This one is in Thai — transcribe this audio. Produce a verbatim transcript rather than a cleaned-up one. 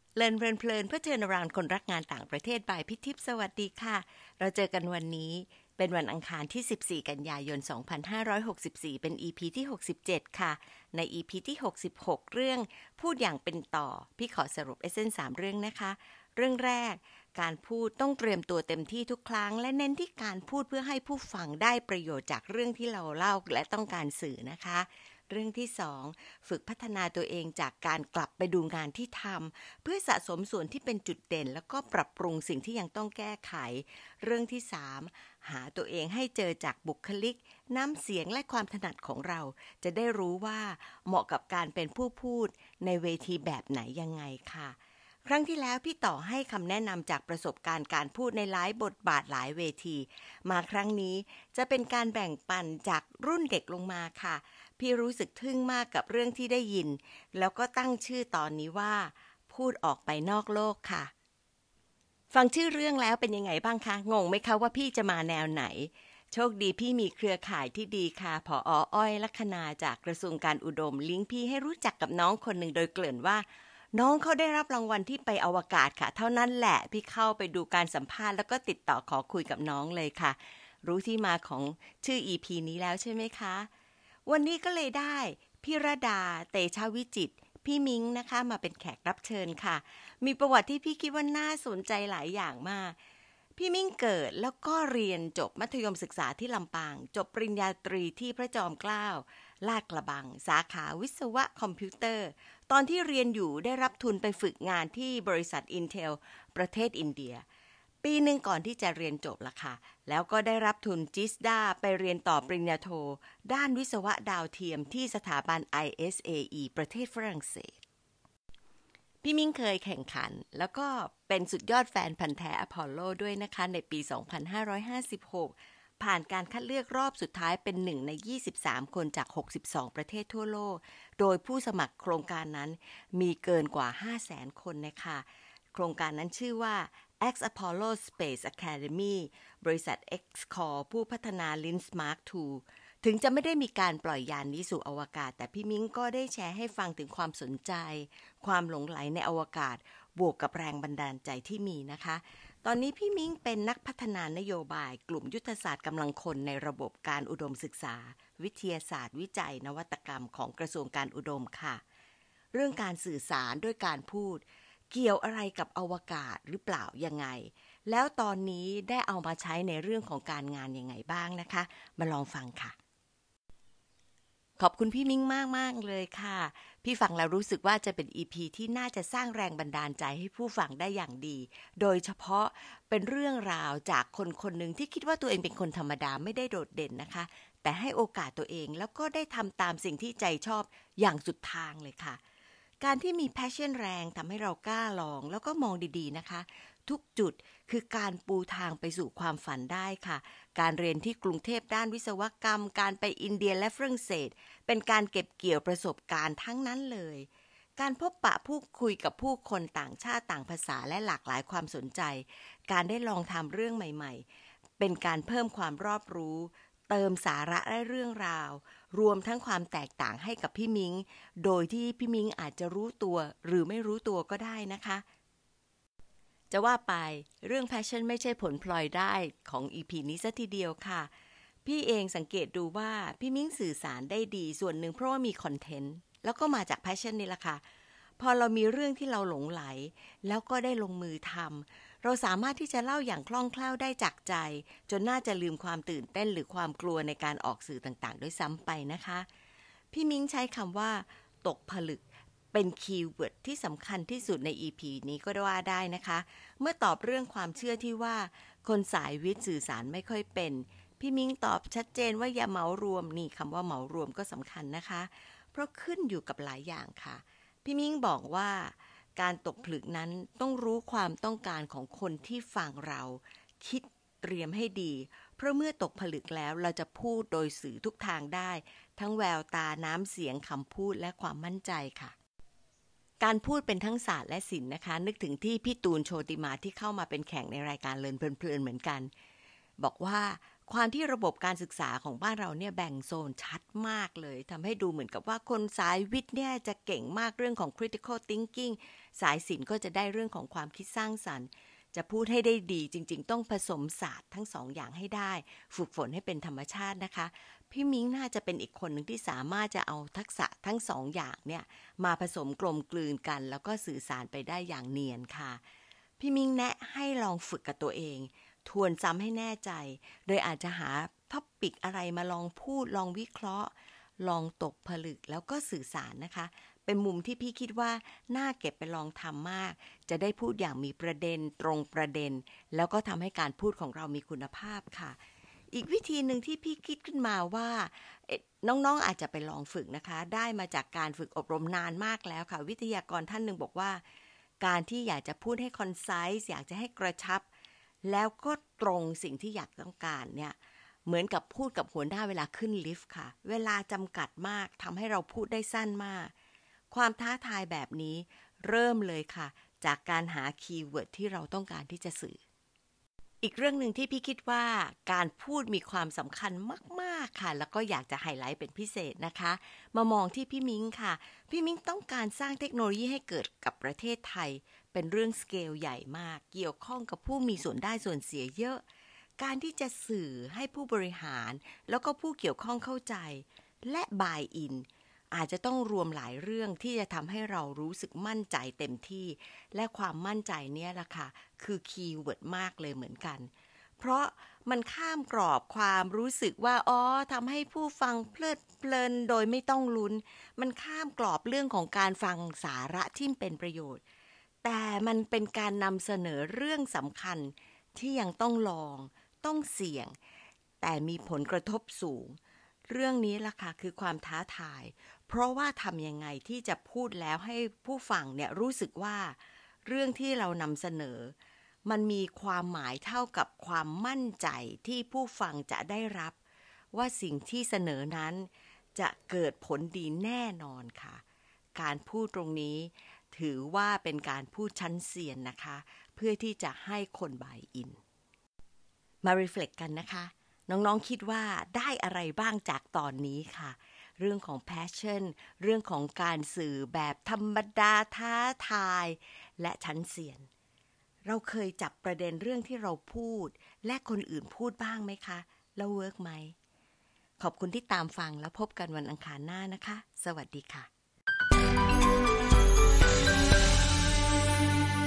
เลินเพลินเพลินเพื่อเทิร์นอราวด์คนรักงานต่างประเทศบายพิทิพย์สวัสดีค่ะเราเจอกันวันนี้เป็นวันอังคารที่สิบสี่กันยายนสองพันห้าร้อยหกสิบสี่เป็น อี พี ที่หกสิบเจ็ดค่ะใน อี พี ที่หกสิบหกเรื่องพูดอย่างเป็นต่อพี่ขอสรุปเอเซนสามเรื่องนะคะเรื่องแรกการพูดต้องเตรียมตัวเต็มที่ทุกครั้งและเน้นที่การพูดเพื่อให้ผู้ฟังได้ประโยชน์จากเรื่องที่เราเล่าและต้องการสื่อนะคะเรื่องที่สองฝึกพัฒนาตัวเองจากการกลับไปดูงานที่ทำเพื่อสะสมส่วนที่เป็นจุดเด่นแล้วก็ปรับปรุงสิ่งที่ยังต้องแก้ไขเรื่องที่สามหาตัวเองให้เจอจากบุคลิกน้ำเสียงและความถนัดของเราจะได้รู้ว่าเหมาะกับการเป็นผู้พูดในเวทีแบบไหนยังไงค่ะครั้งที่แล้วพี่ต่อให้คำแนะนำจากประสบการณ์การพูดในหลายบทบาทหลายเวทีมาครั้งนี้จะเป็นการแบ่งปันจากรุ่นเด็กลงมาค่ะพี่รู้สึกทึ่งมากกับเรื่องที่ได้ยินแล้วก็ตั้งชื่อตอนนี้ว่าพูดออกไปนอกโลกค่ะฟังชื่อเรื่องแล้วเป็นยังไงบ้างคะงงไหมคะว่าพี่จะมาแนวไหนโชคดีพี่มีเครือข่ายที่ดีค่ะผอ.อ้อยลัคนาจากกระทรวงการอุดมลิงก์พี่ให้รู้จักกับน้องคนหนึ่งโดยเกริ่นว่าน้องเขาได้รับรางวัลที่ไปอวกาศค่ะเท่านั้นแหละพี่เข้าไปดูการสัมภาษณ์แล้วก็ติดต่อขอคุยกับน้องเลยค่ะรู้ที่มาของชื่อ อี พี นี้แล้วใช่ไหมคะวันนี้ก็เลยได้พี่ระดาเตชะวิจิตรพี่มิ้งนะคะมาเป็นแขกรับเชิญค่ะมีประวัติที่พี่คิดว่าน่าสนใจหลายอย่างมากพี่มิ้งเกิดแล้วก็เรียนจบมัธยมศึกษาที่ลำปางจบปริญญาตรีที่พระจอมเกล้าลาดกระบังสาขาวิศวะคอมพิวเตอร์ตอนที่เรียนอยู่ได้รับทุนไปฝึกงานที่บริษัท Intel ประเทศอินเดียปีหนึ่งก่อนที่จะเรียนจบละค่ะแล้วก็ได้รับทุนจิสดาไปเรียนต่อปริญญาโทด้านวิศวะดาวเทียมที่สถาบัน ไอ เอส เอ อี ประเทศฝรั่งเศสพี่มิ้งเคยแข่งขันแล้วก็เป็นสุดยอดแฟนพันธุ์แท้อพอลโลด้วยนะคะในปีสองพันห้าร้อยห้าสิบหกผ่านการคัดเลือกรอบสุดท้ายเป็นหนึ่งในยี่สิบสามคนจากหกสิบสองประเทศทั่วโลกโดยผู้สมัครโครงการนั้นมีเกินกว่า ห้าแสน คนนะคะโครงการนั้นชื่อว่า X Apollo Space Academy บริษัท X Corp ผู้พัฒนา Lynx Mark ทู ถึงจะไม่ได้มีการปล่อยยานนี้สู่อวกาศแต่พี่มิ้งก็ได้แชร์ให้ฟังถึงความสนใจความหลงใหลในอวกาศบวกกับแรงบันดาลใจที่มีนะคะตอนนี้พี่มิ้งเป็นนักพัฒนานโยบายกลุ่มยุทธศาสตร์กำลังคนในระบบการอุดมศึกษาวิทยาศาสตร์วิจัยนวัตกรรมของกระทรวงการอุดมค่ะเรื่องการสื่อสารด้วยการพูดเกี่ยวอะไรกับอวกาศหรือเปล่ายังไงแล้วตอนนี้ได้เอามาใช้ในเรื่องของการงานยังไงบ้างนะคะมาลองฟังค่ะขอบคุณพี่มิ้งมากมากเลยค่ะพี่ฟังแล้วรู้สึกว่าจะเป็น อี พี ที่น่าจะสร้างแรงบันดาลใจให้ผู้ฟังได้อย่างดีโดยเฉพาะเป็นเรื่องราวจากคนคนหนึ่งที่คิดว่าตัวเองเป็นคนธรรมดาไม่ได้โดดเด่นนะคะแต่ให้โอกาสตัวเองแล้วก็ได้ทำตามสิ่งที่ใจชอบอย่างสุดทางเลยค่ะการที่มี passion แรงทำให้เรากล้าลองแล้วก็มองดีๆนะคะทุกจุดคือการปูทางไปสู่ความฝันได้ค่ะการเรียนที่กรุงเทพด้านวิศวกรรมการไปอินเดียและฝรั่งเศสเป็นการเก็บเกี่ยวประสบการณ์ทั้งนั้นเลยการพบปะพูดคุยกับผู้คนต่างชาติต่างภาษาและหลากหลายความสนใจการได้ลองทำเรื่องใหม่ๆเป็นการเพิ่มความรอบรู้เติมสาระและเรื่องราวรวมทั้งความแตกต่างให้กับพี่มิ้งโดยที่พี่มิ้งอาจจะรู้ตัวหรือไม่รู้ตัวก็ได้นะคะจะว่าไปเรื่อง passion ไม่ใช่ผลพลอยได้ของ อี พี นี้ซะทีเดียวค่ะพี่เองสังเกตดูว่าพี่มิ้งสื่อสารได้ดีส่วนหนึ่งเพราะว่ามีคอนเทนต์แล้วก็มาจาก passion นี่แหละค่ะพอเรามีเรื่องที่เราหลงไหลแล้วก็ได้ลงมือทำเราสามารถที่จะเล่าอย่างคล่องแคล่วได้จากใจจนน่าจะลืมความตื่นเต้นหรือความกลัวในการออกสื่อต่างๆด้วยซ้ำไปนะคะพี่มิ้งใช้คำว่าตกผลึกเป็นคีย์เวิร์ดที่สำคัญที่สุดใน อี พี นี้ก็ว่าได้นะคะเมื่อตอบเรื่องความเชื่อที่ว่าคนสายวิทย์สื่อสารไม่ค่อยเป็นพี่มิ้งตอบชัดเจนว่าอย่าเหมารวมนี่คำว่าเหมารวมก็สำคัญนะคะเพราะขึ้นอยู่กับหลายอย่างค่ะพี่มิ้งบอกว่าการตกผลึกนั้นต้องรู้ความต้องการของคนที่ฟังเราคิดเตรียมให้ดีเพราะเมื่อตกผลึกแล้วเราจะพูดโดยสื่อทุกทางได้ทั้งแววตาน้ำเสียงคำพูดและความมั่นใจค่ะการพูดเป็นทั้งศาสตร์และศิลป์นะคะนึกถึงที่พี่ตูนโชติมาที่เข้ามาเป็นแขกในรายการเลินเพลินๆเหมือนกันบอกว่าความที่ระบบการศึกษาของบ้านเราเนี่ยแบ่งโซนชัดมากเลยทำให้ดูเหมือนกับว่าคนสายวิทย์เนี่ยจะเก่งมากเรื่องของ critical thinking สายศิลป์ก็จะได้เรื่องของความคิดสร้างสรรค์จะพูดให้ได้ดีจริงๆต้องผสมศาสตร์ทั้งสองอย่างให้ได้ฝึกฝนให้เป็นธรรมชาตินะคะพี่มิ้งน่าจะเป็นอีกคนหนึ่งที่สามารถจะเอาทักษะทั้งสองอย่างเนี่ยมาผสมกลมกลืนกันแล้วก็สื่อสารไปได้อย่างเนียนค่ะพี่มิ้งแนะให้ลองฝึกกับตัวเองทวนซ้ำให้แน่ใจโดยอาจจะหาท็อปิกอะไรมาลองพูดลองวิเคราะห์ลองตกผลึกแล้วก็สื่อสารนะคะเป็นมุมที่พี่คิดว่าน่าเก็บไปลองทำมากจะได้พูดอย่างมีประเด็นตรงประเด็นแล้วก็ทำให้การพูดของเรามีคุณภาพค่ะอีกวิธีหนึ่งที่พี่คิดขึ้นมาว่าน้องๆ อ, อาจจะไปลองฝึกนะคะได้มาจากการฝึกอบรมนานมากแล้วค่ะวิทยากรท่านหนึ่งบอกว่าการที่อยากจะพูดให้คอนไซส์อยากจะให้กระชับแล้วก็ตรงสิ่งที่อยากต้องการเนี่ยเหมือนกับพูดกับหัวหน้าเวลาขึ้นลิฟต์ค่ะเวลาจำกัดมากทำให้เราพูดได้สั้นมากความท้าทายแบบนี้เริ่มเลยค่ะจากการหาคีย์เวิร์ดที่เราต้องการที่จะสื่ออีกเรื่องหนึ่งที่พี่คิดว่าการพูดมีความสำคัญมากๆค่ะแล้วก็อยากจะไฮไลท์เป็นพิเศษนะคะมามองที่พี่มิ้งค่ะพี่มิ้งต้องการสร้างเทคโนโลยีให้เกิดกับประเทศไทยเป็นเรื่องสเกลใหญ่มากเกี่ยวข้องกับผู้มีส่วนได้ส่วนเสียเยอะการที่จะสื่อให้ผู้บริหารแล้วก็ผู้เกี่ยวข้องเข้าใจและบายอินอาจจะต้องรวมหลายเรื่องที่จะทำให้เรารู้สึกมั่นใจเต็มที่และความมั่นใจเนี่ยล่ะค่ะคือคีย์เวิร์ดมากเลยเหมือนกันเพราะมันข้ามกรอบความรู้สึกว่าอ๋อทำให้ผู้ฟังเพลิดเพลินโดยไม่ต้องลุ้นมันข้ามกรอบเรื่องของการฟังสาระที่เป็นประโยชน์แต่มันเป็นการนำเสนอเรื่องสำคัญที่ยังต้องลองต้องเสี่ยงแต่มีผลกระทบสูงเรื่องนี้ล่ะค่ะคือความท้าทายเพราะว่าทำยังไงที่จะพูดแล้วให้ผู้ฟังเนี่ยรู้สึกว่าเรื่องที่เรานำเสนอมันมีความหมายเท่ากับความมั่นใจที่ผู้ฟังจะได้รับว่าสิ่งที่เสนอนั้นจะเกิดผลดีแน่นอนค่ะการพูดตรงนี้ถือว่าเป็นการพูดชั้นเซียนนะคะเพื่อที่จะให้คนบายอินมารีเฟล็กกันนะคะน้องๆคิดว่าได้อะไรบ้างจากตอนนี้ค่ะเรื่องของ passion เรื่องของการสื่อแบบธรรมดาท้าทายและชั้นเซียนเราเคยจับประเด็นเรื่องที่เราพูดและคนอื่นพูดบ้างไหมคะแล้วเวิร์กไหมขอบคุณที่ตามฟังแล้วพบกันวันอังคารหน้านะคะสวัสดีค่ะ